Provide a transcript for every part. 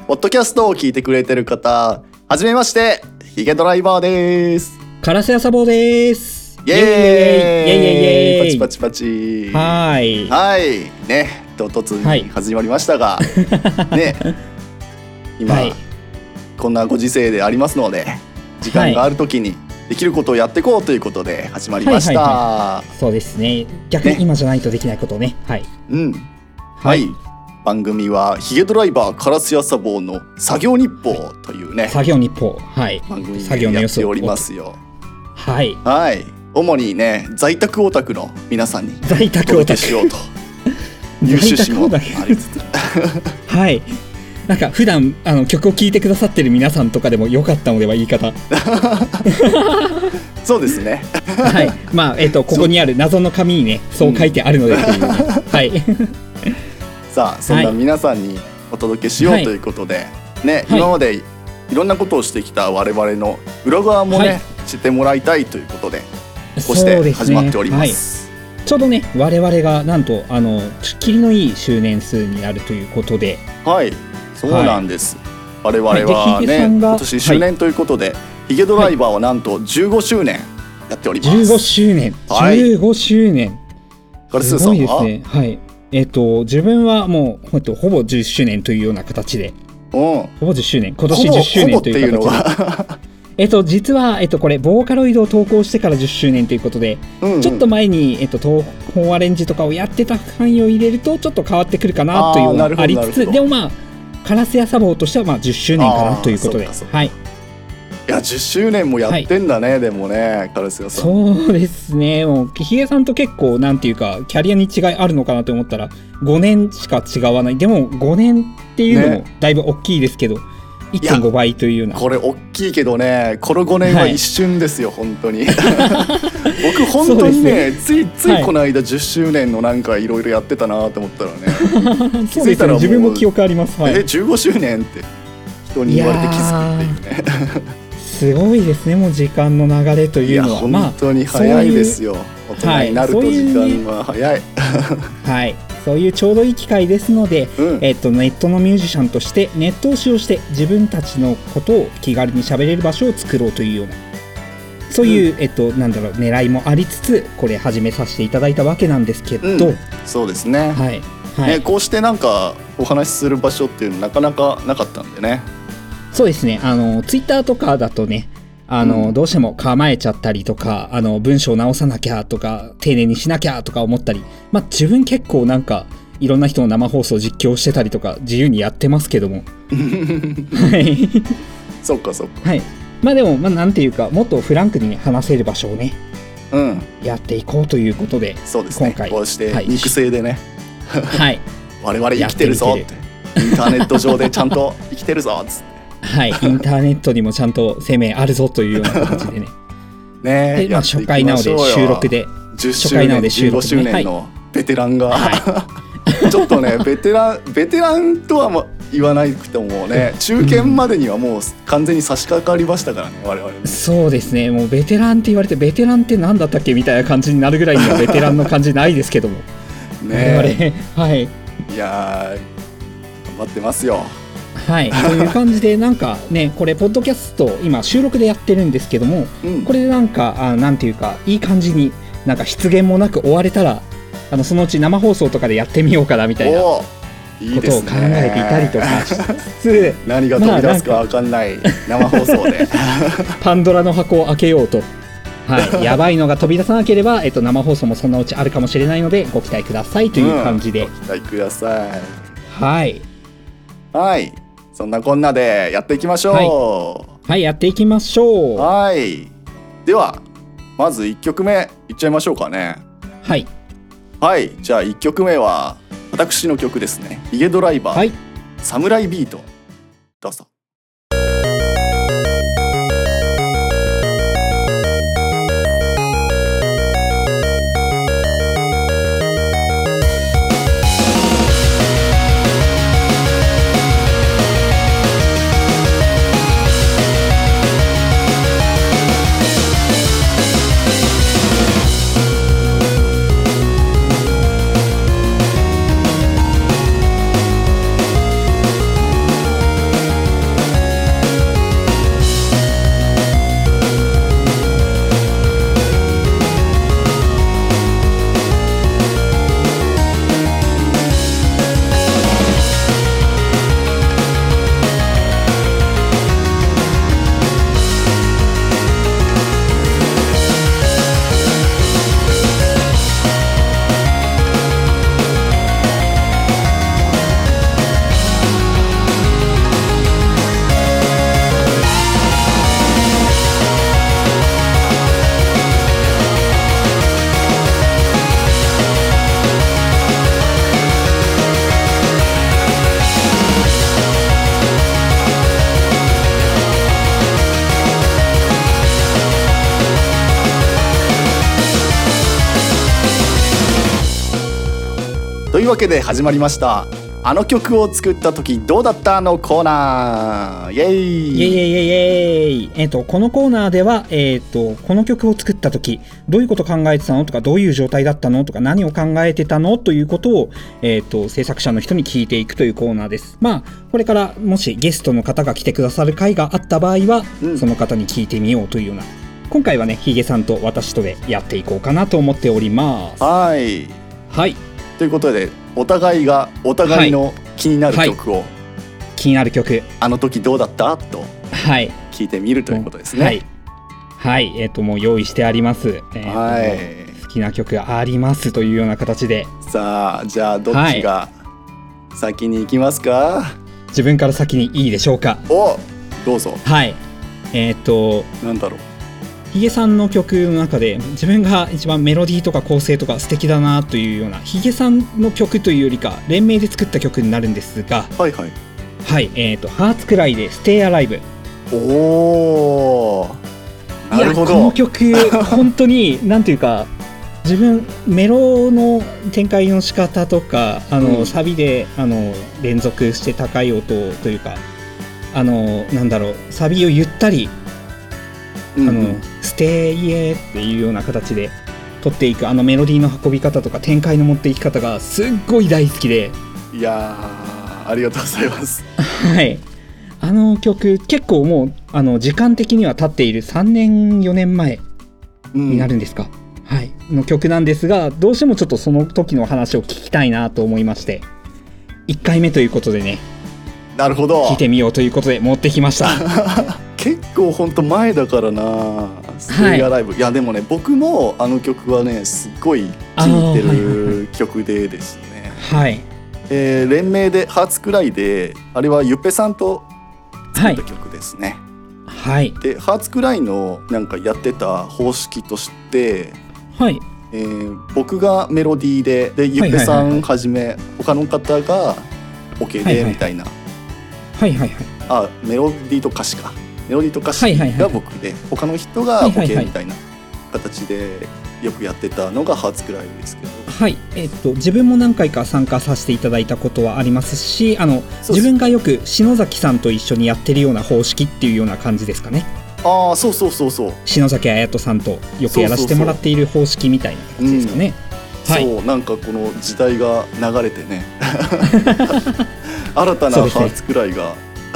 ポッドキャストを聞いてくれてる方、はじめまして、ヒゲドライバーです。 カラス屋サボです。 イエーイイエイイエイイエイ、パチパチパチ。はいね、唐突に始まりましたが、ね、今、こんなご時世でありますので、時間があるときにできることをやっていこうということで始まりました。 そうですね、逆に今じゃないとできないことをね。はい、番組はヒゲドライバーカラス屋サボの作業日報というね、 作業日報、 番組でやっておりますよ。はい、主にね、在宅オタクの皆さんに在宅オタクしようという趣旨もありつつはい、なんか普段曲を聴いてくださってる皆さんとかでもよかったのでは、言い方そうですね。 はい、まあここにある謎の紙にね、そう書いてあるのでという、はいさあ、そんな皆さんにお届けしようということで、ね、今までいろんなことをしてきた我々の裏側もね、知ってもらいたいということで、こうして始まっております。 ちょうどね、我々がなんと切りのいい周年数になるということで、 はい、そうなんです。我々はね、今年周年ということで、ヒゲドライバーはなんと15周年やっております。 15周年、15周年、 すごいですね。はい、自分はもうほぼ10周年というような形で、ほぼ10周年、今年10周年という形で、実は、これボーカロイドを投稿してから10周年ということで、ちょっと前に、東宝アレンジとかをやってた範囲を入れるとちょっと変わってくるかなというのがありつつ、でもまあカラス屋サボとしてはまあ10周年かなということで、はい、いや10周年もやってんだね、でもね、カラス屋さん。 そうですね、もうヒゲさんと結構なんていうかキャリアに違いあるのかなと思ったら5年しか違わない。でも5年っていうのもだいぶ大きいですけど、1.5 倍というような。 これ大きいけどね、この5年は一瞬ですよ、本当に僕本当にね、ついこの間10周年のなんかいろいろやってたなと思ったらね気づいたらもう自分も記憶あります。 15周年って人に言われて気づくっていうねすごいですね、もう時間の流れというのは。 本当に早いですよ、大人になると時間は早いはい、そういうちょうどいい機会ですので、ネットのミュージシャンとしてネットを使用して自分たちのことを気軽に喋れる場所を作ろうというような、そういう、狙いもありつつ、これ始めさせていただいたわけなんですけど、 そうですね、ね、こうしてなんかお話しする場所っていうのなかなかなかったんでね。 そうですね、ツイッターとかだとね、どうしても構えちゃったりとか、文章を直さなきゃとか丁寧にしなきゃとか思ったり、まあ自分結構なんかいろんな人の生放送実況してたりとか自由にやってますけどもはいそっかそっか、 はい、まあでもなんていうか、もっとフランクに話せる場所をね、やっていこうということで、 そうですね、今回こうして肉声でね、 はい我々生きてるぞって、インターネット上でちゃんと生きてるぞっつって、 はい、インターネットにもちゃんと生命あるぞというような形でねね、 で、初回なので収録で、 10周年15周年のベテランが、ちょっとねベテランとは言わなくてもね、中堅までにはもう完全に差し掛かりましたからね、我々。 そうですね、もうベテランって言われて、ベテランって何だったっけみたいな感じになるぐらいにはベテランの感じないですけどもね、 我々、はい、 いや頑張ってますよ。 はい、という感じで、なんかね、これポッドキャスト今収録でやってるんですけども、これでなんかなんていうか、いい感じになんか失言もなく終われたら、そのうち生放送とかでやってみようかなみたいなことを考えていたりとかしつつ何が飛び出すか分かんない生放送でパンドラの箱を開けようと、はい、やばいのが飛び出さなければ、生放送もそのうちあるかもしれないのでご期待くださいという感じで、 ご期待ください。 はいはい、そんなこんなでやっていきましょう。はい、やっていきましょう。 はい、ではまず1曲目いっちゃいましょうかね。はい、じゃあ1曲目は私の曲ですね。ヒゲドライバー、サムライビート、どうぞ。 いうわけで始まりましたあの曲を作った時どうだったのコーナー。イエイイエイイエイイエイイエイ。このコーナーでは、この曲を作った時どういうこと考えてたのとか、どういう状態だったのとか、何を考えてたのということを、制作者の人に聞いていくというコーナーです。まあこれからもしゲストの方が来てくださる回があった場合は、その方に聞いてみようというような、今回はねヒゲさんと私とでやっていこうかなと思っております。 はい、 はい、 ということでお互いがお互いの気になる曲を、はい、 気になる曲、 あの時どうだったと聞いてみるということですね。 はい、はい、もう用意してあります。 はい、 好きな曲ありますというような形で。 さあじゃあどっちが先に行きますか？はい、 自分から先にいいでしょうか？ お、どうぞ。 はい、 なんだろう、 ヒゲさんの曲の中で自分が一番メロディーとか構成とか素敵だなというような、ヒゲさんの曲というよりか連名で作った曲になるんですが、 はいはいはい、ハーツクライでステイアライブ。 おー、なるほど。 いやこの曲本当になんていうか、自分メロの展開の仕方とかサビで連続して高い音というか、なんだろう、サビをゆったりステイエーっていうような形で取っていくメロディーの運び方とか展開の持っていき方がすっごい大好きで。 いやありがとうございます。 はい、曲結構もう時間的には経っている3年4年前になるんですか、はい、の曲なんですが、どうしてもちょっとその時の話を聞きたいなと思いまして、1回目ということでね、 なるほど、 聞いてみようということで持ってきました。 結構ほんと前だからな、ステイアライブ、はい、いやでもね僕も曲はねすっごい聴いてる曲でですね、 はい、 連名でハーツクライで、あれはゆっぺさんと作った曲ですね。 はい、 でハーツクライのなんかやってた方式として、 はい、 僕がメロディーでゆっぺさんはじめ他の方がオケでみたいな、 はいはいはい、 あ、メロディーと歌詞か、メロディーと歌詞が僕で、他の人がオケみたいな形でよくやってたのがハーツクライですけど、 はい、自分も何回か参加させていただいたことはありますし、自分がよく篠崎さんと一緒にやってるような方式っていうような感じですかね。 ああ、そうそうそうそう、 篠崎綾人さんとよくやらせてもらっている方式みたいな感じですかね。 はい、そう、なんかこの時代が流れてね新たなハーツクライが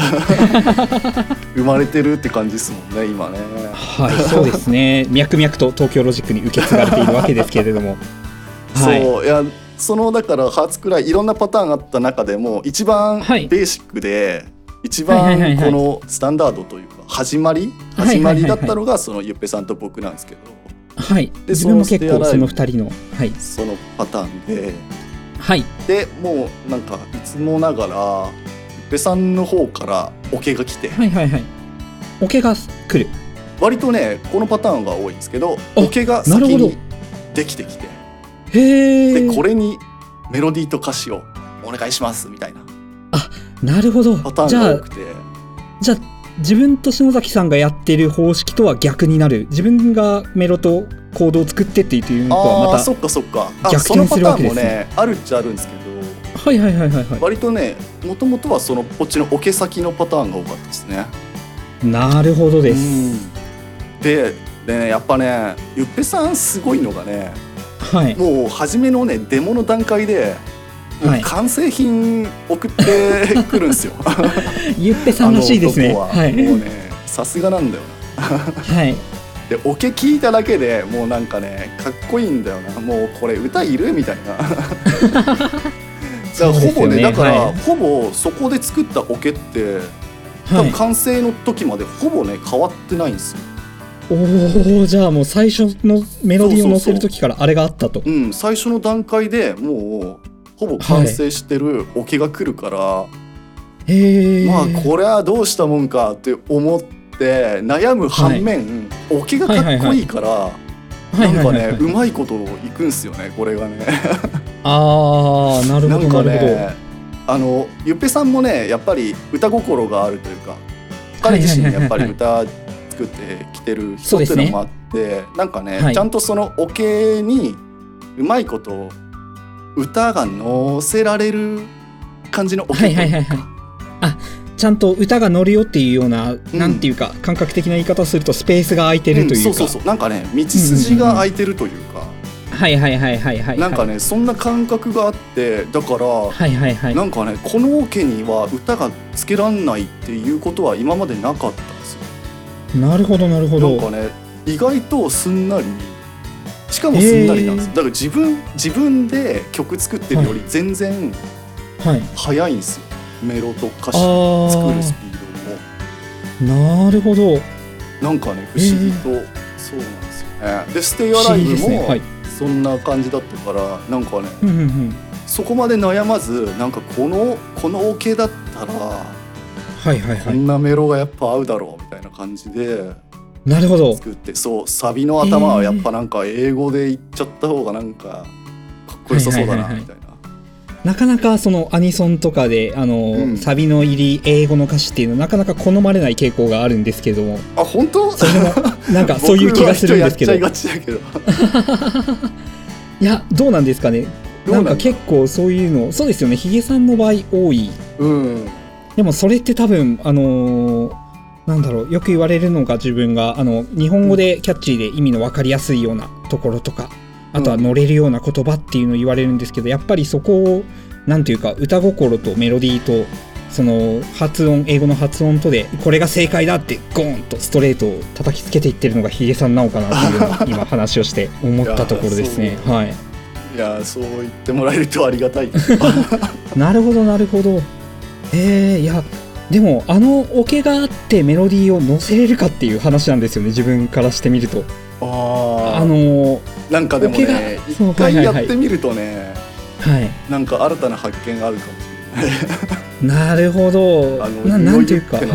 生まれてるって感じですもんね今ね。 はい、そうですね。脈々と東京ロジックに受け継がれているわけですけれどもはい、そう、いやだからハーツクライいろんなパターンがあった中でも一番ベーシックで、一番このスタンダードというか始まりだったのがそのゆっぺさんと僕なんですけど、 はい、で自分も結構その2人の、はい、 そのパターンで、 はい、 でもうなんかいつもながらゆっぺさんの方からオケが来て、 はいはいはい、オケが来る、 割とねこのパターンが多いんですけど、オケが先にできてきて、 へでこれにメロディーと歌詞をお願いしますみたいな、 あ、なるほど、 パターンが多くて、 じゃあ自分と篠崎さんがやってる方式とは逆になる、自分がメロとコードを作ってっていうのとはまたそっかそっか、 逆転するわけですね。 そのパターンもねあるっちゃあるんですけど、 はいはいはいはい、 割とねもともとはこっちのオケ先のパターンが多かったですね。 なるほどです。 でね、やっぱねゆっぺさんすごいのがね、 はい、 もう初めのねデモの段階でもう完成品送ってくるんですよゆっぺさんらしいですね。はい、 もうねさすがなんだよなはい、 でオケ聞いただけでもうなんかねかっこいいんだよな、もうこれ歌いるみたいなだからほぼね、だから、はい、ほぼそこで作ったオケって多分完成の時までほぼね変わってないんですよ。 お、じゃあもう最初のメロディーを乗せる時からあれがあったと。 うん、最初の段階でもうほぼ完成してるオケが来るから、はい、まあこれはどうしたもんかって思って悩む反面、はい、オケがかっこいいから、なんかねうまいこといくんすよねこれがねあー、なるほど、 なんかね、 なるほど。 ゆっぺさんもねやっぱり歌心があるというか、彼自身やっぱり歌作ってきてる人っていうのもあって、なんかね、はい、ちゃんとそのオケにうまいこと歌が乗せられる感じのオケというか、 はいはいはいはい、あ、ちゃんと歌が乗るよっていうような、なんていうか感覚的な言い方をするとスペースが空いてるというか、 そうなんかね道筋が空いてるというか、 はいはいはいはいはい、 なんかねそんな感覚があって、だから、はいはいはい、なんかねこのオケには歌がつけらんないっていうことは今までなかったんですよ。 なるほどなるほど。 なんかね意外とすんなり、しかもすんなりなんです。だから自分で曲作ってるより全然早いんですよ、メロと歌詞作るスピードも。 なるほど。 なんかね不思議と、そうなんですよね。でステイアライブもそんな感じだったから、なんかね、そこまで悩まず、なんかこのオケだったら、はいはいはい、こんなメロがやっぱ合うだろうみたいな感じでなるほど作って、そうサビの頭はやっぱなんか英語で言っちゃった方がなんかかっこよさそうだなみたいな。 なかなかそのアニソンとかでサビの入り英語の歌詞っていうのはなかなか好まれない傾向があるんですけども。 あ、本当？ それもなんかそういう気がするんですけど。 僕は人やっちゃいがちだけどいや、どうなんですかね。なんか結構そういうの、そうですよね、ヒゲさんの場合多い、でもそれって多分なんだろう、よく言われるのが、自分が日本語でキャッチーで意味の分かりやすいようなところとか、あとは乗れるような言葉っていうのを言われるんですけど、やっぱりそこをなんていうか歌心とメロディーとその発音、英語の発音とでこれが正解だってゴーンとストレートを叩きつけていってるのがヒゲさんなのかなっていうのを今話をして思ったところですね。はい。 いや、そう言ってもらえるとありがたいなるほどなるほど。いやでもオケがあってメロディーを乗せれるかっていう話なんですよね、自分からしてみると。 なんかでもね、一回やってみるとね、はい、なんか新たな発見があるかもしれないなるほど。なんていうか、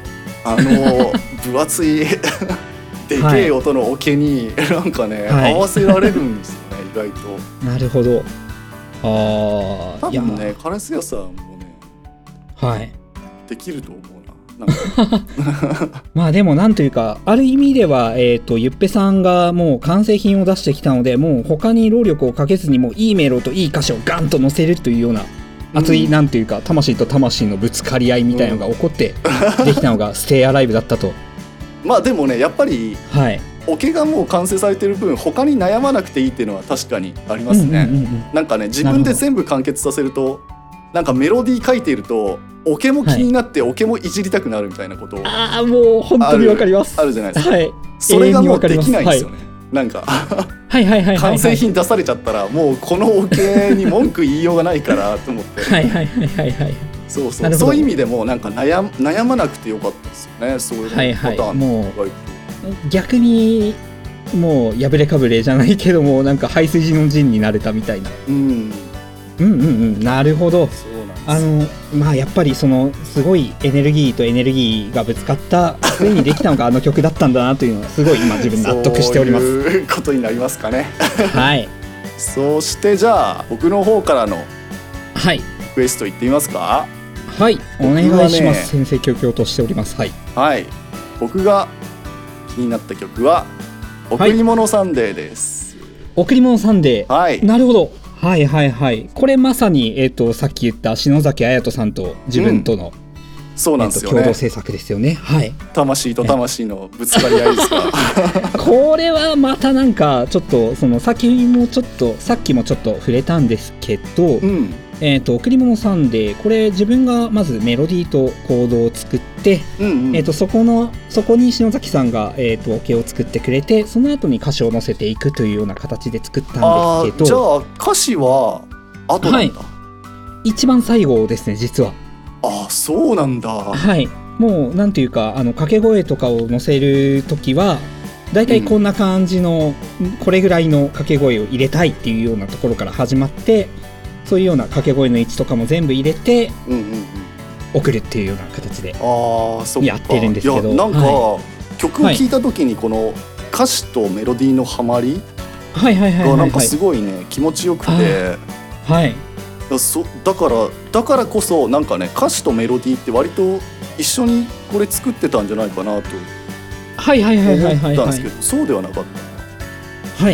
分厚いでけえ音のオケになんかね、合わせられるんですよね、意外と。 なるほど。 多分ね、カラス屋さんもね、はい、できると思うな。 まあでもなんというか、ある意味ではゆっぺさんがもう完成品を出してきたので、もう他に労力をかけずにもういいメロといい歌詞をガンと乗せるというような熱い、なんていうか魂と魂のぶつかり合いみたいなのが起こってできたのがステイアライブだったと。 まあでもね、やっぱり、オケがもう完成されてる分他に悩まなくていいっていうのは確かにありますね。なんかね、自分で全部完結させると、なんかメロディー書いているとオケも気になってオケもいじりたくなるみたいなことを、 もう本当にわかります。 あるじゃないですか。それがもうできないんですよね。なんか完成品出されちゃったらもうこのオケに文句言いようがないからと思ってそういう意味でもなんか悩まなくてよかったですよね、そういうパターン。もう逆にもう破れかぶれじゃないけども、なんか背筋の陣になれたみたいな。なるほど。まあやっぱりそのすごいエネルギーとエネルギーがぶつかった上にできたのが曲だったんだなというのはすごい今自分納得しております。 そういうことになりますかね。 はい。 そしてじゃあ僕の方からのリクエストいってみますか。 はい、お願いします。先生挙々としております。はい。 はい。僕が気になった曲は贈り物サンデーです。 贈り物サンデー。 はい。 なるほど。はいはいはい。これまさにさっき言った篠崎彩人さんと自分との、 そうなんですよね。 共同制作ですよね。はい。 魂と魂のぶつかり合いですか。 これはまたなんかちょっとさっきもちょっと触れたんですけど、贈り物サンデー、これ自分がまずメロディーとコードを作って、そこに篠崎さんがオケを作ってくれて、その後に歌詞を載せていくというような形で作ったんですけど。 じゃあ歌詞は後なんだ。 一番最後ですね、実は。 そうなんだ。 はい。もうなんていうか掛け声とかを載せるときはだいたいこんな感じの、これぐらいの掛け声を入れたいっていうようなところから始まって、そういうような掛け声の位置とかも全部入れて送るっていうような形でやってるんですけど、 なんか曲を聴いた時にこの歌詞とメロディーのハマりがなんかすごいね気持ちよくて、だからこそなんかね、歌詞とメロディーって割と一緒にこれ作ってたんじゃないかなと思ったんですけど、そうではなかった。 はい、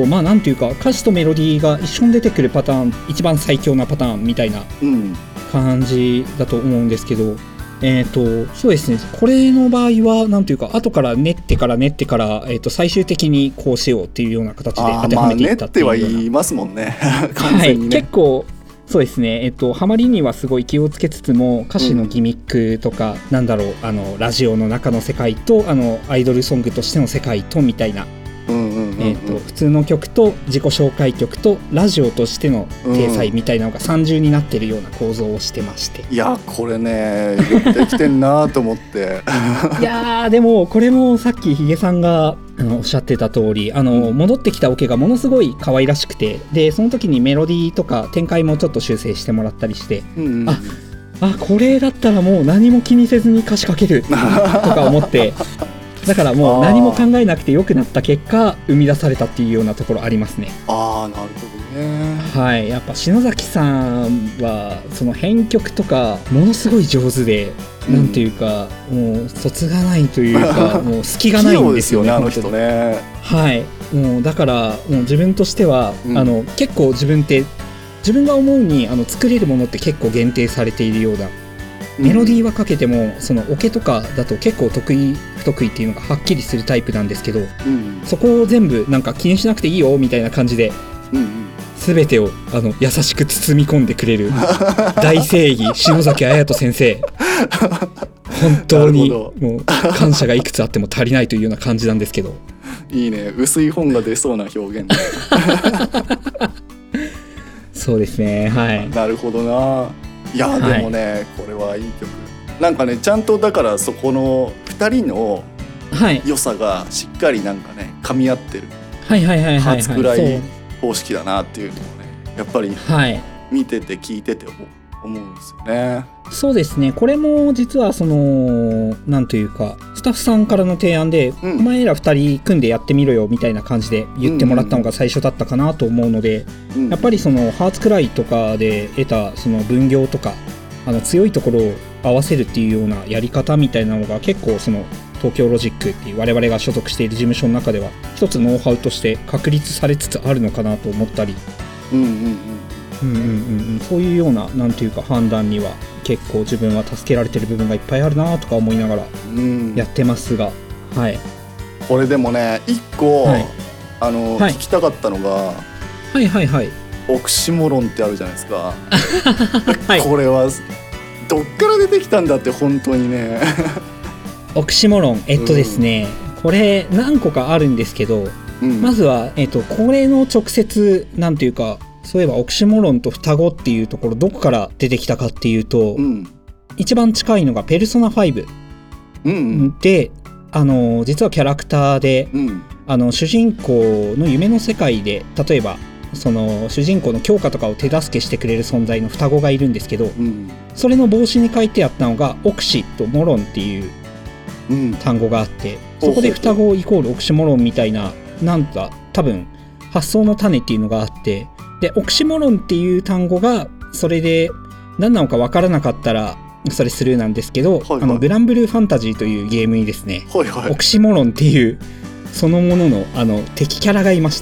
まあなんていうか歌詞とメロディーが一緒に出てくるパターン、一番最強なパターンみたいな感じだと思うんですけど、そうですね、これの場合はなんていうか後から練ってから、最終的にこうしようっていうような形で当てはめていったっていうような。 練っては言いますもんね完全にね。 はい、結構そうですね、ハマりにはすごい気をつけつつも歌詞のギミックとか、なんだろう、ラジオの中の世界とアイドルソングとしての世界とみたいな、普通の曲と自己紹介曲とラジオとしての体裁みたいなのが三重になってるような構造をしてまして、 いやこれねよくできてんなと思っていやでもこれもさっきヒゲさんがおっしゃってた通り戻ってきたオケがものすごい可愛らしくて、でその時にメロディーとか展開もちょっと修正してもらったりして、これだったらもう何も気にせずに歌詞かけるとか思ってだからもう何も考えなくて良くなった結果生み出されたっていうようなところありますね。 なるほどね。 はい、やっぱ篠崎さんはその編曲とかものすごい上手で、なんていうかもう卒がないというかもう隙がないんですよねあの人ね。 はい、もうだからもう自分としては、結構自分が思うに作れるものって結構限定されているような。メロディーはかけてもそのオケとかだと結構得意不得意っていうのがはっきりするタイプなんですけど、そこを全部なんか気にしなくていいよみたいな感じで、全てを優しく包み込んでくれる大正義篠崎綾人先生本当にもう感謝がいくつあっても足りないというような感じなんですけどいいね、薄い本が出そうな表現そうですね、はい。 なるほどな。いやでもね、これはいい曲なんかね、ちゃんとだからそこの2人の良さがしっかりなんかね噛み合ってる初くらい方式だなっていうのをねやっぱり見てて聞いてて思うんですよね。 そうですね、これも実はそのなんというかスタッフさんからの提案で、お前ら2人組んでやってみろよみたいな感じで言ってもらったのが最初だったかなと思うので、やっぱりそのハーツクライとかで得たその分業とか強いところを合わせるっていうようなやり方みたいなのが結構その東京ロジックっていう我々が所属している事務所の中では一つノウハウとして確立されつつあるのかなと思ったり、そういうようななんていうか判断には結構自分は助けられてる部分がいっぱいあるなとか思いながらやってますが、 これでもね一個、聞きたかったのがオクシモロンってあるじゃないですかこれはどっから出てきたんだって本当にねオクシモロンですね、これ何個かあるんですけど、まずは、これの直接なんていうかそういえばオクシモロンと双子っていうところどこから出てきたかっていうと、一番近いのがペルソナ5、で実はキャラクターで、主人公の夢の世界で例えばその主人公の強化とかを手助けしてくれる存在の双子がいるんですけど、それの帽子に書いてあったのがオクシとモロンっていう単語があって、そこで双子イコールオクシモロンみたいななんか多分発想の種っていうのがあって、でオクシモロンっていう単語がそれで何なのか分からなかったらそれスルーなんですけど、グランブルーファンタジーというゲームにですね、オクシモロンっていうそのものの敵キャラがいまして、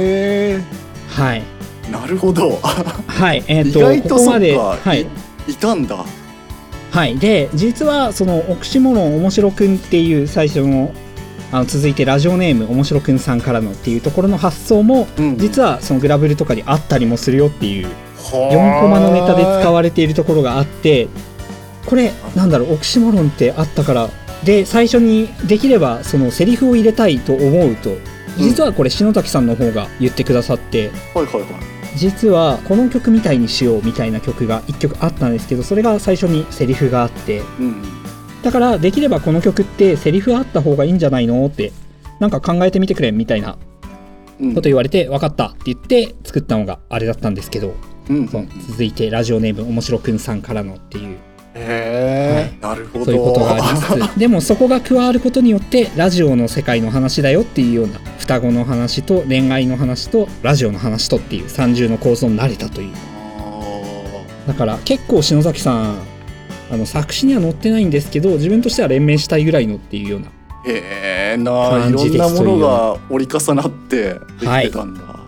なるほど意外とここまでいたんだ。 で実はそのオクシモロンおもしろくんっていう最初の続いてラジオネームおもしろくんさんからのっていうところの発想も、実はそのグラブルとかにあったりもするよっていう4コマのネタで使われているところがあって、これなんだろうオクシモロンってあったからで最初にできればそのセリフを入れたいと思うと、実はこれ篠崎さんの方が言ってくださって、実はこの曲みたいにしようみたいな曲が1曲あったんですけど、それが最初にセリフがあって、だからできればこの曲ってセリフあった方がいいんじゃないのってなんか考えてみてくれみたいなこと言われて、分かったって言って作ったのがあれだったんですけど、続いてラジオネームおもしろくんさんからのっていう、 なるほど、 そういうことがありつつでもそこが加わることによってラジオの世界の話だよっていうような双子の話と恋愛の話とラジオの話とっていう三重の構造になれたという。だから結構篠崎さん作詞には載ってないんですけど自分としては連名したいぐらいのっていうようなへえないろんなものが折り重なってできてたんだ、はい、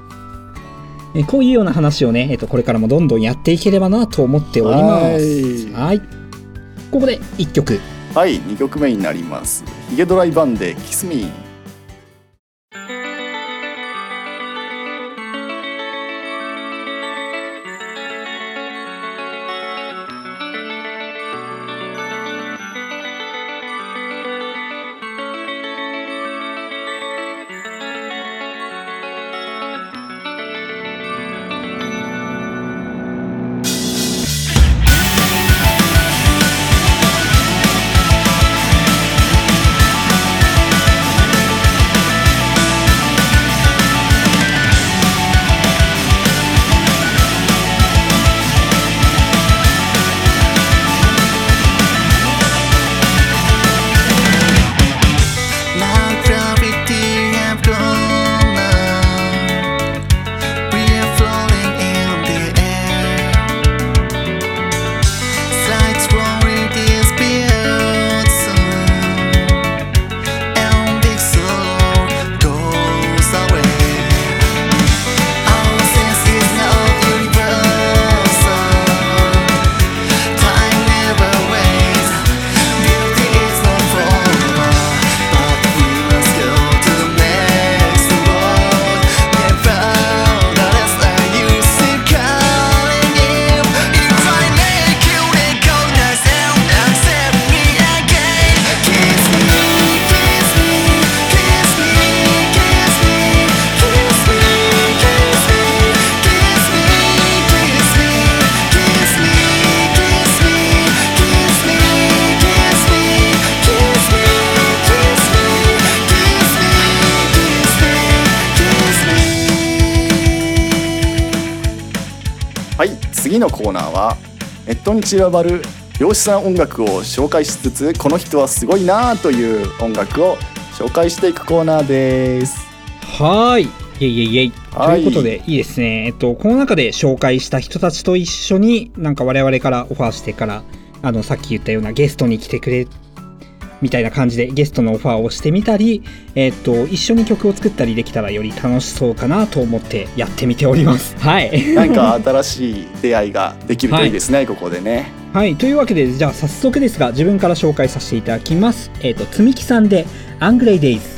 こういうような話をね、これからもどんどんやっていければなと思っております。はい、ここで1曲、 はい、2曲目になります。ヒゲドライバンでキスミー。次のコーナーはネットに散らばる漁師さん音楽を紹介しつつ、この人はすごいなという音楽を紹介していくコーナーです。 はい、イエイイエイイエイ、ということでいいですね。この中で紹介した人たちと一緒になんか我々からオファーしてから、さっき言ったようなゲストに来てくれみたいな感じでゲストのオファーをしてみたり、一緒に曲を作ったりできたらより楽しそうかなと思ってやってみております。はい。 なんか新しい出会いができるといいですね、はい、ここでね。 はい、というわけでじゃあ早速ですが自分から紹介させていただきます。つみきさんでアングレイデイズ。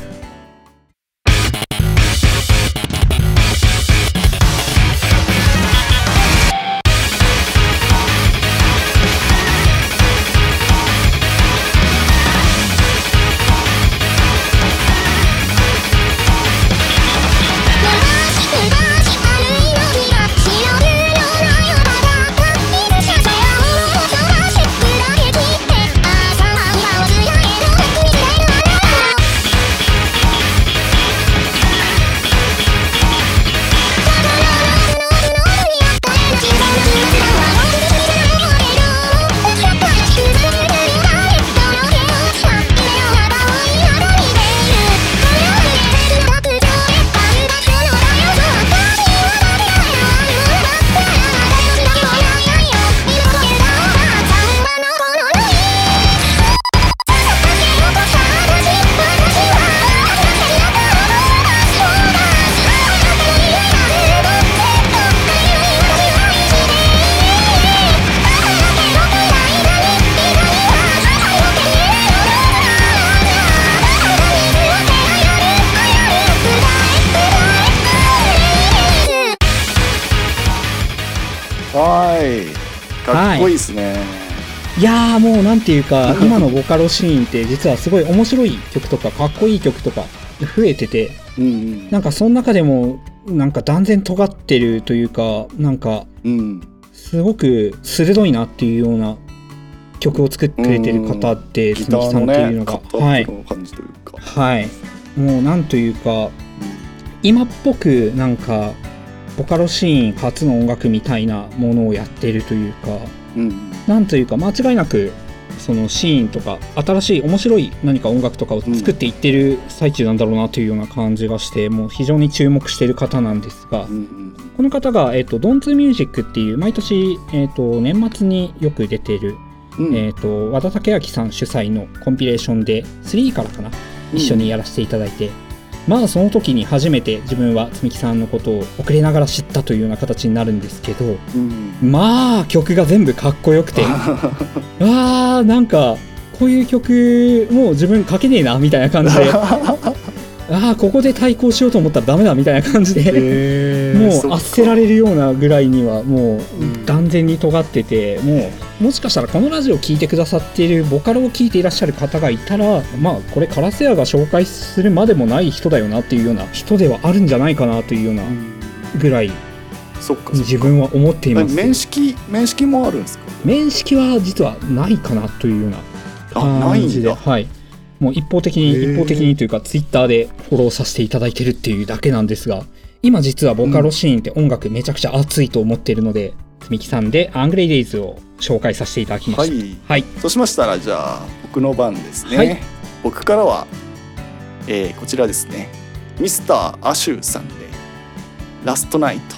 かっこいいですね。 いやーもうなんていうか今のボカロシーンって実はすごい面白い曲とかかっこいい曲とか増えてて、なんかその中でもなんか断然尖ってるというか、なんかすごく鋭いなっていうような曲を作ってくれてる方ってつみきさんっていうのが、はい、はい、もうなんというか今っぽくなんかボカロシーン初の音楽みたいなものをやってるというか、なんというか間違いなくそのシーンとか新しい面白い何か音楽とかを作っていってる最中なんだろうなというような感じがして、もう非常に注目している方なんですが、この方がドンツミュージックっていう毎年年末によく出てる和田武明さん主催のコンピレーションで3からかな一緒にやらせていただいて、まあその時に初めて自分はつみきさんのことを遅れながら知ったというような形になるんですけど、まあ曲が全部かっこよくてなんかこういう曲もう自分書けねえなみたいな感じでここで対抗しようと思ったらダメだみたいな感じでもう圧せられるようなぐらいにはもう断然に尖ってて、もしかしたらこのラジオを聞いてくださっているボカロを聞いていらっしゃる方がいたら、まあこれカラス屋が紹介するまでもない人だよなっていうような人ではあるんじゃないかなというようなぐらい自分は思っています。 面識もあるんですか？ 面識は実はないかなというような感じで、はい、もう一方的にというかツイッターでフォローさせていただいてるっていうだけなんですが、今実はボカロシーンって音楽めちゃくちゃ熱いと思っているので、つみきさんでアングレイデイズを紹介させていただきました。はい、 そうしましたらじゃあ僕の番ですね。僕からは、こちらですね。ミスターアシュさんでラストナイト。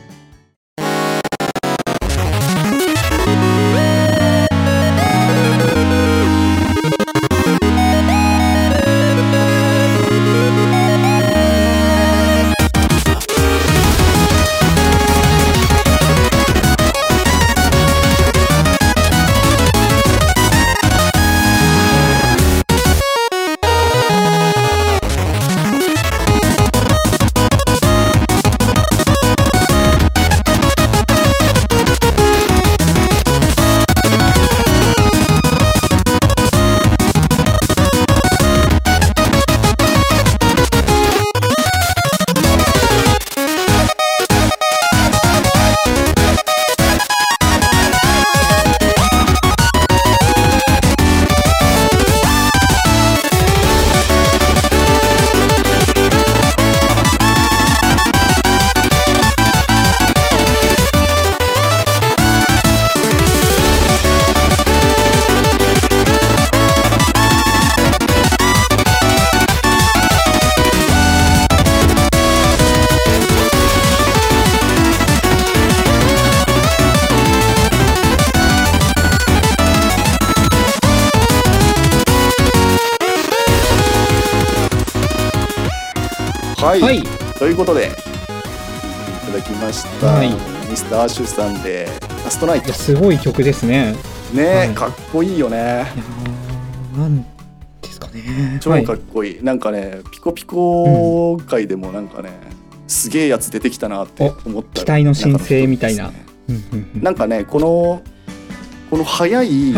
はい、ということでいただきました、ミスターアシュさんでラストナイト。 すごい曲ですね。 かっこいいよね。 なんですかね、 超かっこいい。なんかねピコピコ界でもなんかね、すげえやつ出てきたなって思った。 期待の新星みたいな。 なんかねこの速い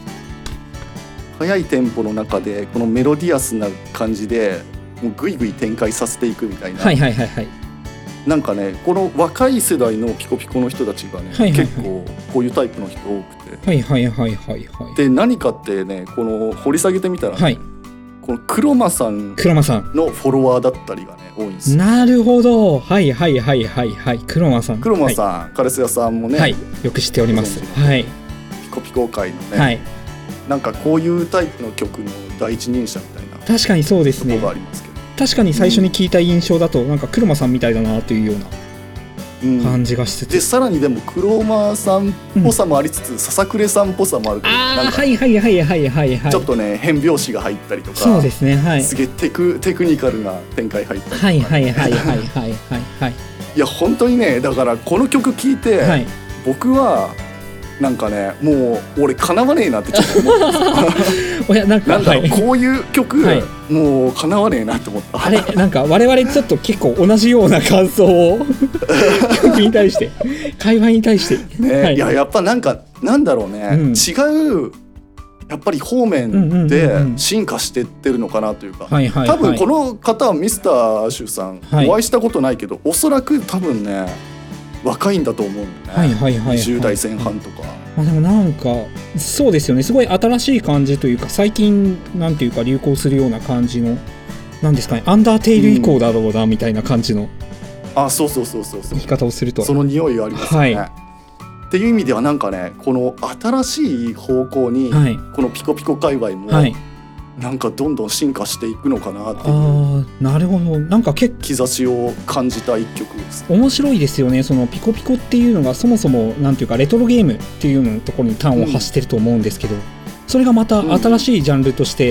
テンポの中でこのメロディアスな感じでもうグイグイ展開させていくみたいな。なんかねこの若い世代のピコピコの人たちがね、結構こういうタイプの人多くて、で何かってねこの掘り下げてみたら、このクロマさんのフォロワーだったりがね多いんですよ。 なるほど。クロマさん、 カレス屋さんもね、 よく知っております。 ピコピコ界のね、なんかこういうタイプの曲の第一人者みたいな。 確かにそうですね。 ところがありますけど、 確かに最初に聞いた印象だとなんかクロマさんみたいだなというような感じがしてて、 でさらにでもクロマさんっぽさもありつつ、笹暮さんっぽさもあるから、なんかちょっとね変拍子が入ったりとか、 そうですね、 すげえテクニカルな展開入ったりとか、いや本当にね、だからこの曲聴いて、僕はなんかねもう俺叶わねえなってちょっと思ったなんかこういう曲、もう叶わねえなって思った。 あれなんか我々ちょっと結構同じような感想を曲に対して会話に対してね、いややっぱなんかなんだろうね、違うやっぱり方面で進化してってるのかなというか、多分この方はミスターアシュさん、お会いしたことないけどおそらく多分ね若いんだと思うんだよね。20代前半とか。 でもなんかそうですよね、すごい新しい感じというか、最近なんていうか流行するような感じの、なんですかね、アンダーテイル以降だろうなみたいな感じの、 そう言い方をするとその匂いがありますよね。っていう意味ではなんかね、この新しい方向に、このピコピコ界隈も、なんかどんどん進化していくのかなっていう。 なるほど。なんか兆しを感じた一曲です。 面白いですよね。そのピコピコっていうのがそもそもなんていうかレトロゲームっていうのところに端を発してると思うんですけど、それがまた新しいジャンルとして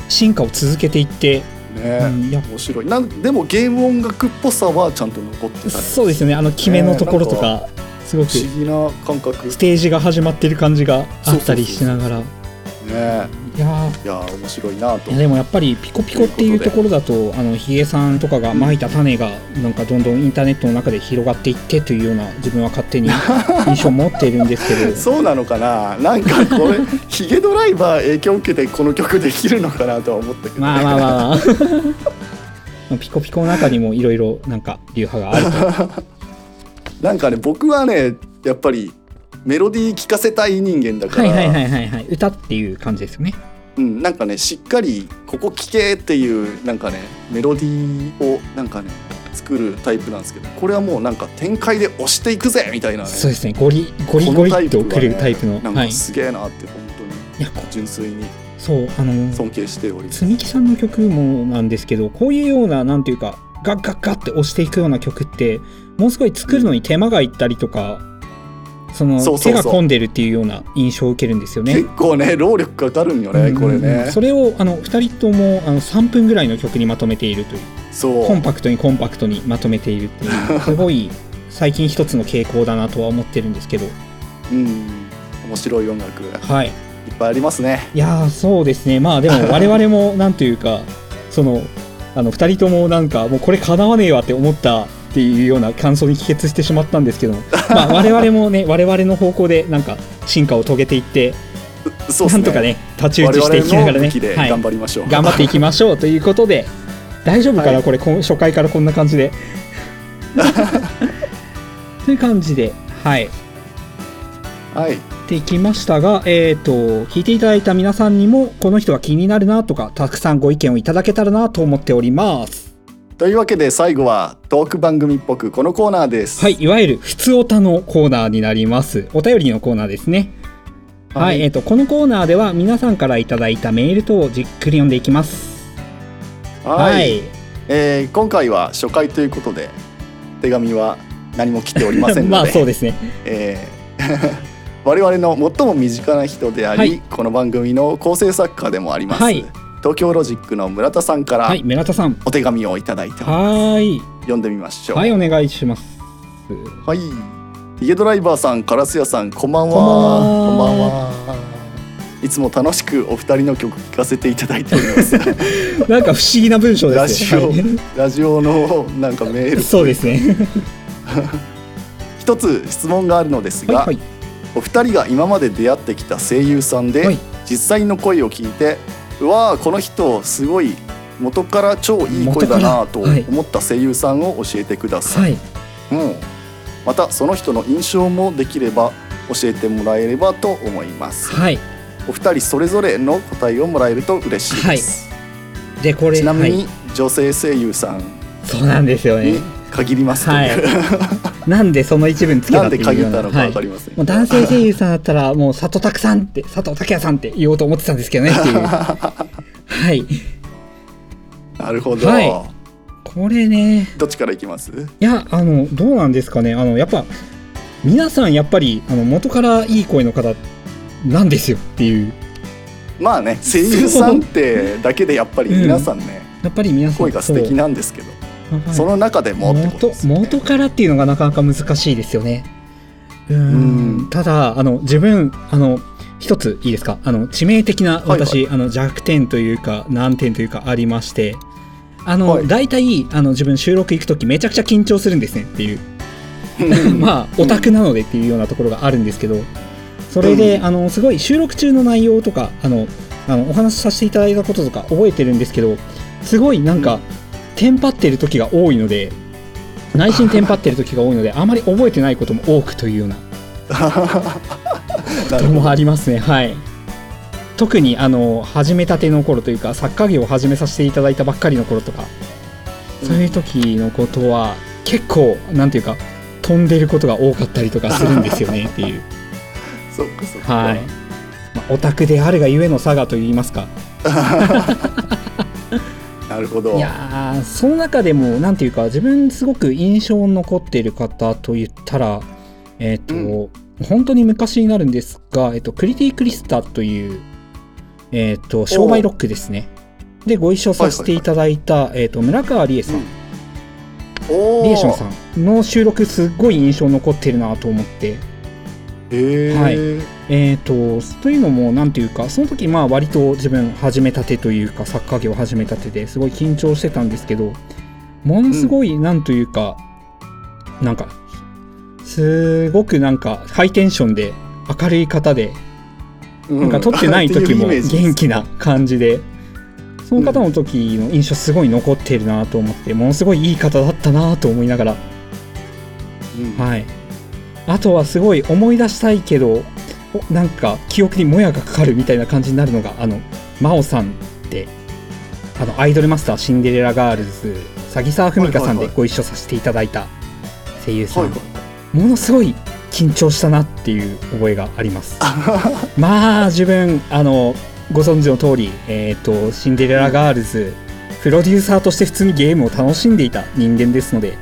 進化を続けていってね、面白い。でもゲーム音楽っぽさはちゃんと残ってたり。 そうですよね。決めのところとか、すごく不思議な感覚。 ステージが始まってる感じがあったりしながら。いや面白いなと。 でもやっぱりピコピコっていうところだとヒゲさんとかがまいた種がなんかどんどんインターネットの中で広がっていってというような自分は勝手に印象を持っているんですけどそうなのかな。なんかこれヒゲドライバー影響を受けてこの曲できるのかなとは思ったけど、ね、 まあピコピコの中にもいろいろなんか流派があるとなんかね、僕はねやっぱりメロディー聴かせたい人間だから、 歌っていう感じですよね。 なんかね、しっかりここ聴けっていうなんかねメロディーをなんかね作るタイプなんですけど、これはもうなんか展開で押していくぜみたいなね。 そうですね、ゴリゴリとくるタイプの、 なんかすげえなって本当に純粋に尊敬しております。 積木さんの曲もなんですけど、こういうようななんていうかガッガッガッって押していくような曲ってもうすごい作るのに手間がいったりとか、手が込んでるっていうような印象を受けるんですよね。 結構ね労力かかるんよね、これね。 それを2人とも3分ぐらいの曲にまとめているという、コンパクトにまとめているっていうすごい最近一つの傾向だなとは思ってるんですけど面白い音楽、いっぱいありますね。 いやそうですね。まあでも我々もなんというか2人ともなんかもうこれ叶わねえわって思ったっていうような感想に帰結してしまったんですけどまあ我々もね我々の方向でなんか進化を遂げていってなんとかね太刀打ちしていきながらね頑張りましょう、 頑張っていきましょうということで、大丈夫かな、これ初回からこんな感じでという感じでできましたが、聞いていただいた皆さんにもこの人が気になるなとかたくさんご意見をいただけたらなと思っております。 というわけで最後はトーク番組っぽくこのコーナーです。 いわゆるふつおたのコーナーになります。お便りのコーナーですね。このコーナーでは皆さんからいただいたメール等をじっくり読んでいきます。 今回は初回ということで手紙は何も来ておりませんのでまあそうですね、 我々の最も身近な人であり、この番組の構成作家でもあります、東京ロジックの村田さんからお手紙をいただいております。読んでみましょう。 お願いします。 ヒゲドライバーさん、カラス屋さん、こんばんは。こんばんは。いつも楽しくお二人の曲聴かせていただいておりますなんか不思議な文章ですね。 ラジオのなんかメールそうですね一つ質問があるのですが、お二人が今まで出会ってきた声優さんで、実際の声を聞いてうわーこの人すごい元から超いい声だなと思った声優さんを教えてください。またその人の印象もできれば教えてもらえればと思います。お二人それぞれの答えをもらえると嬉しいです。 でこれちなみに女性声優さんそうなんですよねに限りますという、 なんでその一文つけたっていうような、 なんで限ったのか分かりません、 もう男性声優さんだったらもう佐藤拓也さんって言おうと思ってたんですけどねっていうなるほど、 これねどっちからいきます？ いやどうなんですかね。やっぱ皆さんやっぱり元からいい声の方なんですよっていう。 まあね、声優さんってだけでやっぱり皆さんね、 やっぱり皆さん声が素敵なんですけど、その中でもってことですね。 元からっていうのがなかなか難しいですよね。ただ自分一ついいですか、致命的な私、弱点というか難点というかありまして、大体自分収録行くときめちゃくちゃ緊張するんですねっていうまあオタクなのでっていうようなところがあるんですけど、それで、すごい収録中の内容とかお話しさせていただいたこととか覚えてるんですけど、すごいなんか、テンパってる時が多いので、内心テンパってる時が多いのであまり覚えてないことも多くというようなこともありますね。特に始めたての頃というか作家業を始めさせていただいたばっかりの頃とか、そういう時のことは結構なんていうか飛んでることが多かったりとかするんですよねっていうそっかそっか、 オタクであるがゆえの差がといいますかなるほど。 いやその中でもなんていうか自分すごく印象に残っている方と言ったら本当に昔になるんですが、クリティ・クリスタという商売ロックですね。 でご一緒させていただいた、村川理恵さん、リエションさんの収録すっごい印象残ってるなと思って、はい、というのもなんていうか、その時割と自分始めたてというかサッカー業始めたてですごい緊張してたんですけど、ものすごいなんというか、なんかすごくなんかハイテンションで明るい方で、なんか撮ってない時も元気な感じで、その方の時の印象すごい残っているなと思って、ものすごいいい方だったなと思いながら、はい。あとはすごい思い出したいけど、なんか記憶にもやがかかるみたいな感じになるのが、真央さんってアイドルマスターシンデレラガールズ鷺沢文香さんでご一緒させていただいた声優さん、ものすごい緊張したなっていう覚えがあります自分ご存知の通り、シンデレラガールズプロデューサーとして普通にゲームを楽しんでいた人間ですので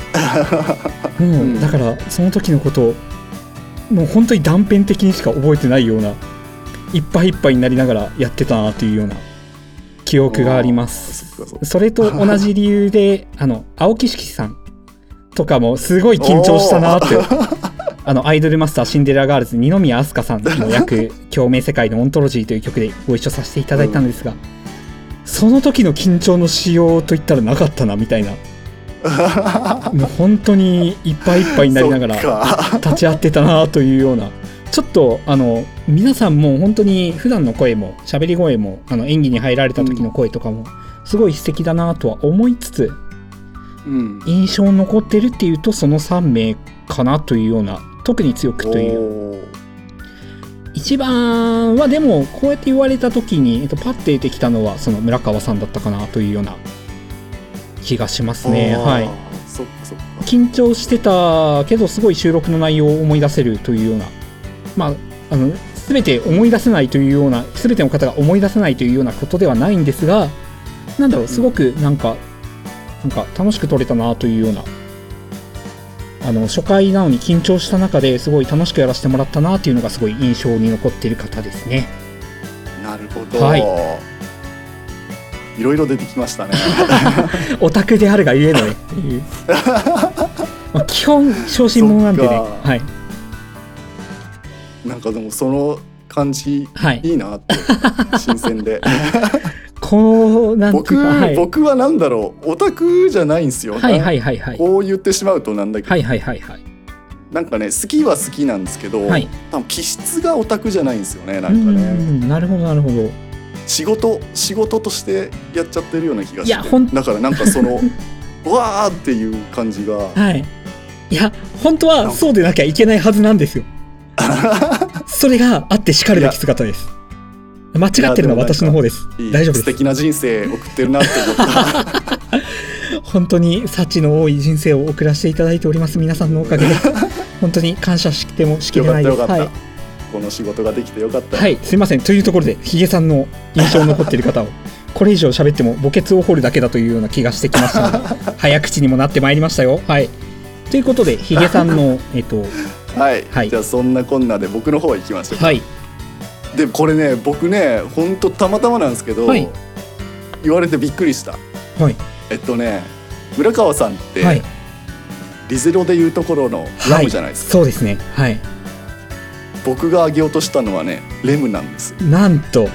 だからその時のことをもう本当に断片的にしか覚えてないような、いっぱいいっぱいになりながらやってたなというような記憶があります。それと同じ理由で青木式さんとかもすごい緊張したなってアイドルマスターシンデレラガールズ二宮飛鳥さんの役共鳴世界のオントロジーという曲でご一緒させていただいたんですが、その時の緊張の仕様といったらなかったなみたいなもう本当にいっぱいいっぱいになりながら立ち会ってたなというような、ちょっと皆さんも本当に普段の声も喋り声も演技に入られた時の声とかもすごい素敵だなとは思いつつ、印象に残ってるっていうとその3名かなというような、特に強くという一番はでもこうやって言われた時に、パッて出てきたのはその村川さんだったかなというような気がしますね。はい、 そっか緊張してたけどすごい収録の内容を思い出せるというような、全て思い出せないというような、全ての方が思い出せないというようなことではないんですが、なんだろう、すごくなんか楽しく撮れたなというような、初回なのに緊張した中ですごい楽しくやらせてもらったなというのがすごい印象に残っている方ですね。 なるほど、はい、いろいろ出てきましたねオタクであるがゆえのねっていう基本小心者なんでね。はい、 なんかでもその感じ、いいなって新鮮で僕はなんだろう、オタクじゃないんですよ。こう言ってしまうとなんだけど、なんかね好きは好きなんですけど、多分気質がオタクじゃないんですよね。なんかね、 なるほどなるほど、 仕事としてやっちゃってるような気がして、だからなんかそのわーっていう感じが、 いや本当はそうでなきゃいけないはずなんですよそれがあってしかるべき姿です。間違ってるのは私の方です。大丈夫です。 素敵な人生送ってるなって思った本当に幸の多い人生を送らせていただいております。皆さんのおかげで本当に感謝してもしきれないです。 よかった、この仕事ができてよかった。 すいません。というところでヒゲさんの印象に残っている方をこれ以上喋っても墓穴を掘るだけだというような気がしてきましたので早口にもなってまいりましたよ。ということでヒゲさんのじゃあそんなこんなで僕の方行きましょう。でこれね、僕ねほんとたまたまなんですけど、言われてびっくりした。村川さんって、リゼロでいうところのラムじゃないですか。 そうですね。 僕が挙げようとしたのはねレムなんです。 なんと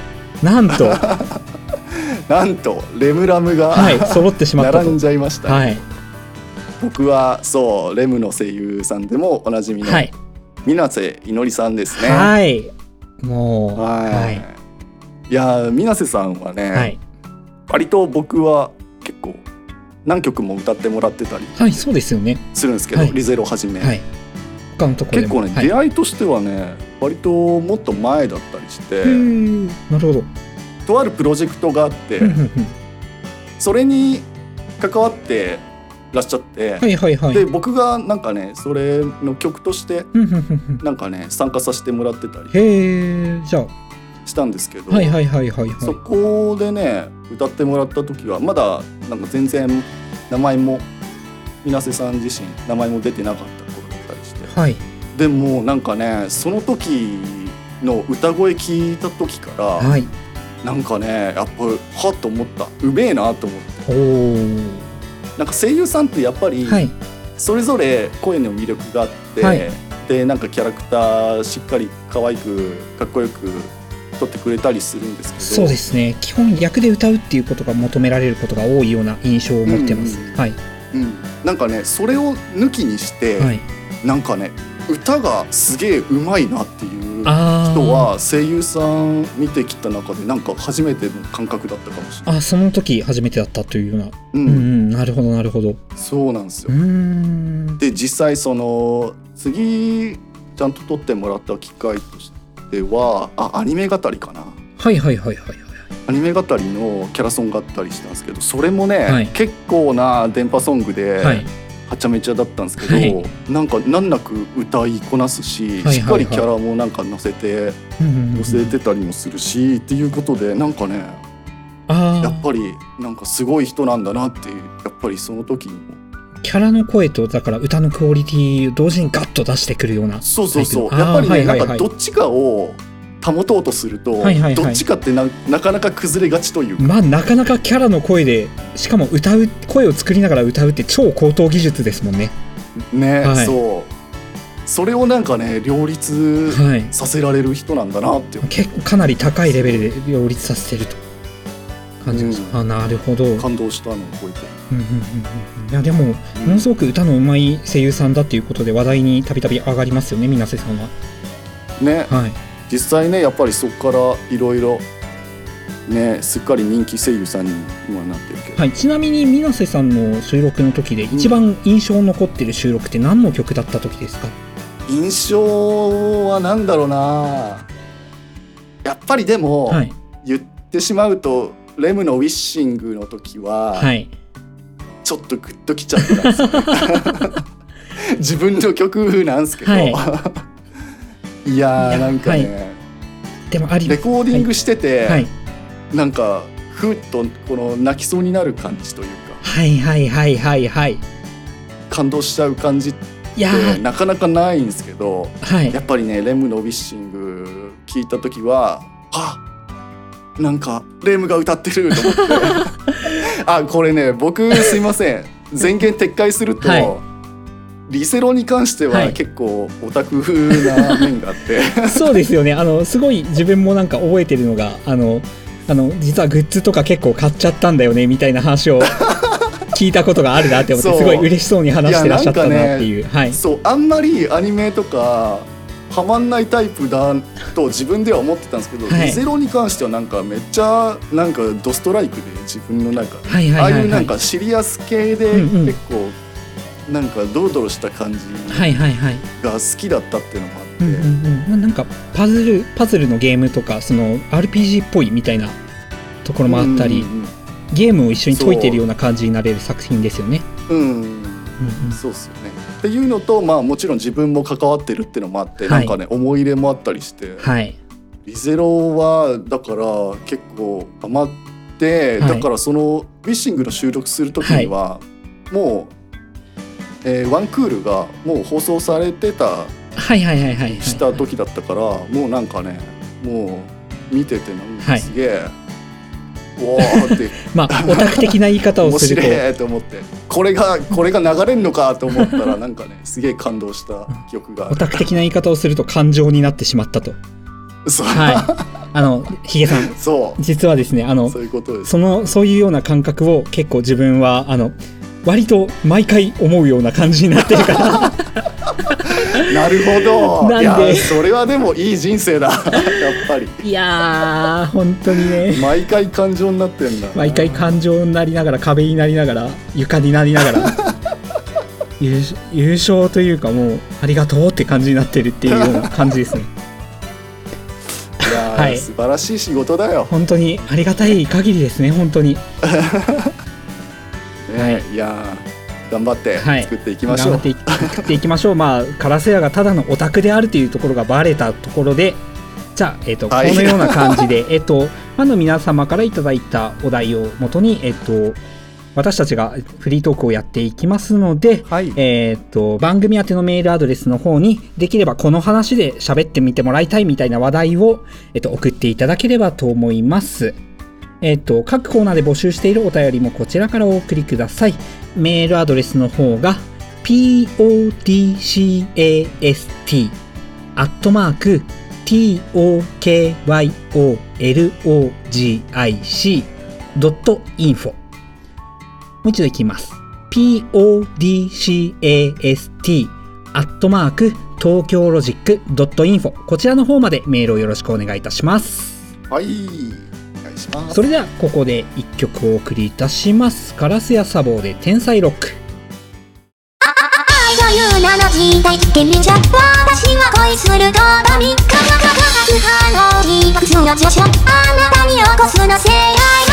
なんとレムラムが、 揃ってしまったと並んじゃいました。僕はそうレムの声優さんでもおなじみの水瀬いのりさんですね。 もういや水瀬さんはね、割と僕は結構何曲も歌ってもらってたりそうですよねするんですけど、リゼロはじめ、 他のところでも結構ね、出会いとしてはね割ともっと前だったりして、 なるほど、 とあるプロジェクトがあってそれに関わってらっしゃって、で僕がなんかねそれの曲としてなんかね参加させてもらってたりしたんですけど、そこでね歌ってもらった時はまだなんか全然名前も水瀬さん自身名前も出てなかった頃だったりして、でもなんかねその時の歌声聞いた時から、 なんかねやっぱはっと思った、うめえなと思って。なんか声優さんってやっぱりそれぞれ声の魅力があって、はい、でなんかキャラクターしっかり可愛くかっこよく撮ってくれたりするんですけど、 そうですね、基本役で歌うっていうことが求められることが多いような印象を持ってます。はい、 なんかねそれを抜きにして、はい、なんかね歌がすげえうまいなっていう人は声優さん見てきた中でなんか初めての感覚だったかもしれない。 その時初めてだったというような、なるほどなるほど。 そうなんですよ。で実際その次ちゃんと撮ってもらった機会としてはアニメ語りかな。 はいはいはいはい。 アニメ語りのキャラソンがあったりしたんですけど、それもね、はい、結構な電波ソングで、はい、はちゃめちゃだったんですけど、はい、なんか難なく歌いこなすし、しっかりキャラもなんか乗せてたりもするし、っていうことでなんかねやっぱりなんかすごい人なんだなっていう、やっぱりその時にもキャラの声とだから歌のクオリティを同時にガッと出してくるような。 そうそうそう、やっぱりね、なんかどっちかを保とうとすると、どっちかってなかなか崩れがちというか、 なかなかキャラの声でしかも声を作りながら歌うって超高等技術ですもんね。 はい、それをなんかね両立させられる人なんだなって、 結構かなり高いレベルで両立させてると感じました。なるほど、 感動したのを覚えてる。 いやでも、ものすごく歌の上手い声優さんだっていうことで話題にたびたび上がりますよね、水瀬さんはね。はい、実際ねやっぱりそこからいろいろねすっかり人気声優さんに今なってるけど、 はい、ちなみに水瀬さんの収録の時で一番印象残ってる収録って何の曲だった時ですか？ 印象はなんだろうな、やっぱりでも、はい、言ってしまうとレムのウィッシングの時は、はい、ちょっとグッときちゃったんですよね自分の曲なんですけど、はい、いやなんかね、はい、でもレコーディングしてて、はい、なんかふっとこの泣きそうになる感じというか、 はいはいはいはいはい、 感動しちゃう感じってなかなかないんですけど、はい、やっぱりねレムのウィッシング聞いた時はなんかレムが歌ってると思ってこれね僕すいません前言撤回すると、はい、リセロに関しては結構オタクな面があってそうですよね、すごい自分もなんか覚えてるのが実はグッズとか結構買っちゃったんだよねみたいな話を聞いたことがあるなって思ってすごい嬉しそうに話してらっしゃったなっていう、はい、 そうあんまりアニメとかはまんないタイプだと自分では思ってたんですけど、はい、リゼロに関してはなんかめっちゃなんかドストライクで自分の中で、ああいうなんかシリアス系で結構なんかドロドロした感じが好きだったっていうのもあって、 なんかパズルのゲームとかその RPG っぽいみたいなところもあったり、ゲームを一緒に解いてるような感じになれる作品ですよね。 そうっすよねっていうのと、もちろん自分も関わってるっていうのもあって、なんかね思い入れもあったりして、リゼロはだから結構ハマって、だからそのウィッシングの収録する時には、もう、ワンクールがもう放送されてたした時だったから、もうなんかねもう見ててなんかすげえ、おーってオタク的な言い方をすると面白いと思って、これが流れんのかと思ったらなんかねすげえ感動した記憶がある。 オタク的な言い方をすると感情になってしまったと。 そう、 ヒゲさん、そう実はですねそういうことです。 そういうような感覚を結構自分は割と毎回思うような感じになってるからなるほど。なんでそれはでもいい人生だやっぱり。 いやー本当にね、 毎回感情になってんだ。 毎回感情になりながら、壁になりながら、床になりながら優勝というかもうありがとうって感じになってるっていうような感じですねいや、はい、素晴らしい仕事だよ。 本当にありがたい限りですね本当にね、いや頑張って作っていきましょう、 頑張って作っていきましょう。カラス屋がただのオタクであるというところがバレたところで、じゃあ、このような感じでファンの皆様からいただいたお題をもとに、 私たちがフリートークをやっていきますので、はい、番組宛てのメールアドレスの方にできればこの話で喋ってみてもらいたいみたいな話題を、送っていただければと思います。各コーナーで募集しているお便りもこちらからお送りください。メールアドレスの方が podcast@tokyorlogic.info もう一度いきます。podcast@tokyorlogic.info こちらの方までメールをよろしくお願いいたします。 はい、お願いします。 それではここで一曲お送りいたします。カラスやサボーで天才ロック。 愛という名の時代君じゃ私は恋するとばみかがかが発反応に普通の序章あなたに起こすの性愛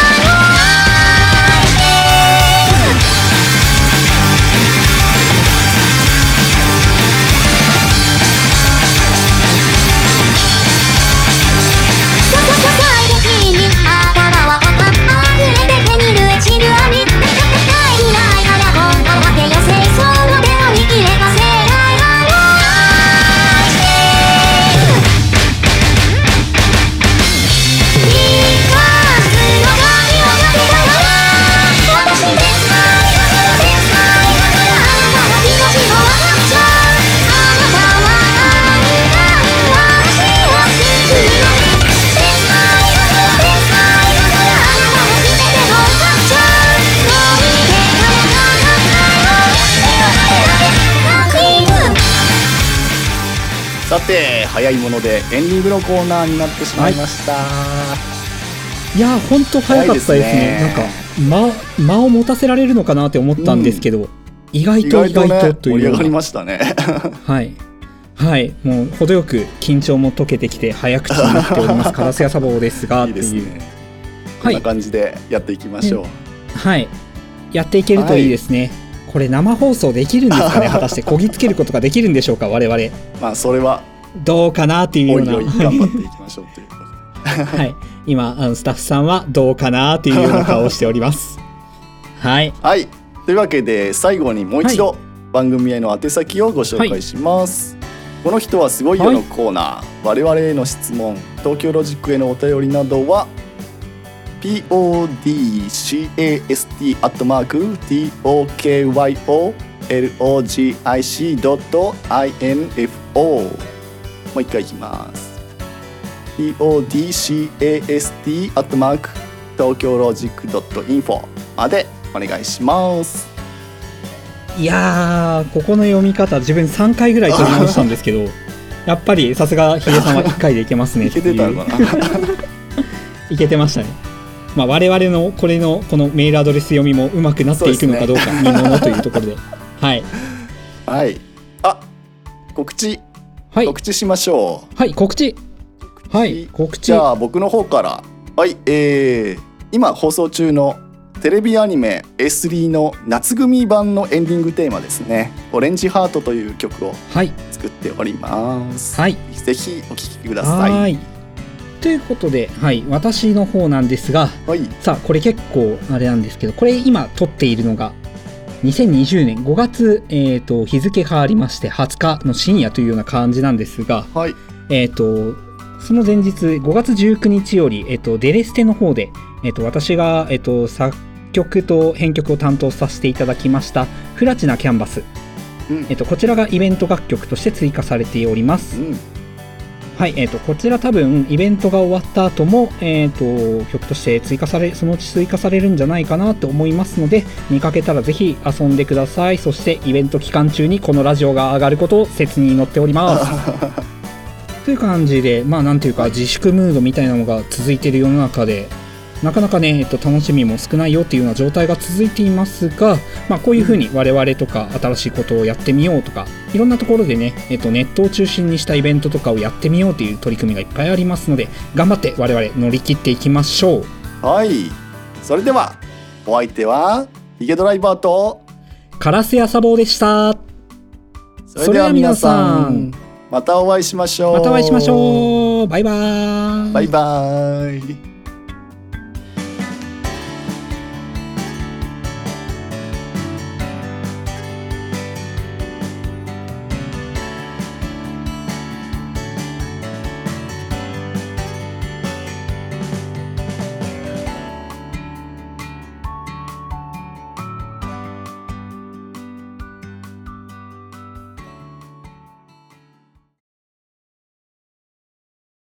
さて早いものでエンディングのコーナーになってしまいました。はい、いやほんと早かったですね。なんか間を持たせられるのかなって思ったんですけど、意外とという盛り上がりましたね。 はいはい、もう程よく緊張も解けてきて早口になっておりますカラスやサボですがいいですね。こんな感じでやっていきましょう。 はい、やっていけるといいですね。はい、これ生放送できるんですかね。果たしてこぎつけることができるんでしょうか我々。 まあそれはどうかなっていうような。 おいおい頑張っていきましょうということで。 はい、今スタッフさんはどうかなっていうような顔をしております。はい、 はい、というわけで最後にもう一度番組への宛先をご紹介します。はい、この人はすごいよのコーナー、はい、我々への質問、東京ロジックへのお便りなどはpodcast@tokyorlogic.info もう一回いきます。podcast@tokyorlogic.info までお願いします。 いやーここの読み方自分3回ぐらい取り直したんですけどやっぱりさすがヒデさんは1回でいけますねっていう。 いけてたのかな。 いけてましたね。まあ、我々のこのメールアドレス読みもうまくなっていくのかどうか見ものというところで、はい、 はい、あ、告知、はい、告知しましょう。 はい、告知、はい、告知。 じゃあ僕の方から、はい、今放送中のテレビアニメ S3 の夏組版のエンディングテーマですね、オレンジハートという曲を作っております。はい、ぜひお聴きください。はい、 ということで、はい、私の方なんですが、はい、さあこれ結構あれなんですけど、これ今撮っているのが2020年5月、日付変わりまして20日の深夜というような感じなんですが、はい、その前日5月19日より、デレステの方で、私が、作曲と編曲を担当させていただきましたプラチナキャンバス、こちらがイベント楽曲として追加されております。はい、こちら多分イベントが終わった後も、曲としてそのうち追加されるんじゃないかなと思いますので、見かけたらぜひ遊んでください。そしてイベント期間中にこのラジオが上がることを切に祈っておりますという感じで、まあなんていうか自粛ムードみたいなのが続いている世の中で、なかなかね、楽しみも少ないよっていうような状態が続いていますが、まあ、こういうふうに我々とか新しいことをやってみようとか、いろんなところでね、ネットを中心にしたイベントとかをやってみようという取り組みがいっぱいありますので、頑張って我々乗り切っていきましょう。はい、それではお相手はヒゲドライバーとカラスやサボでした。 それでは皆さんまたお会いしましょう。 またお会いしましょう。バイバーイ。 バイバーイ。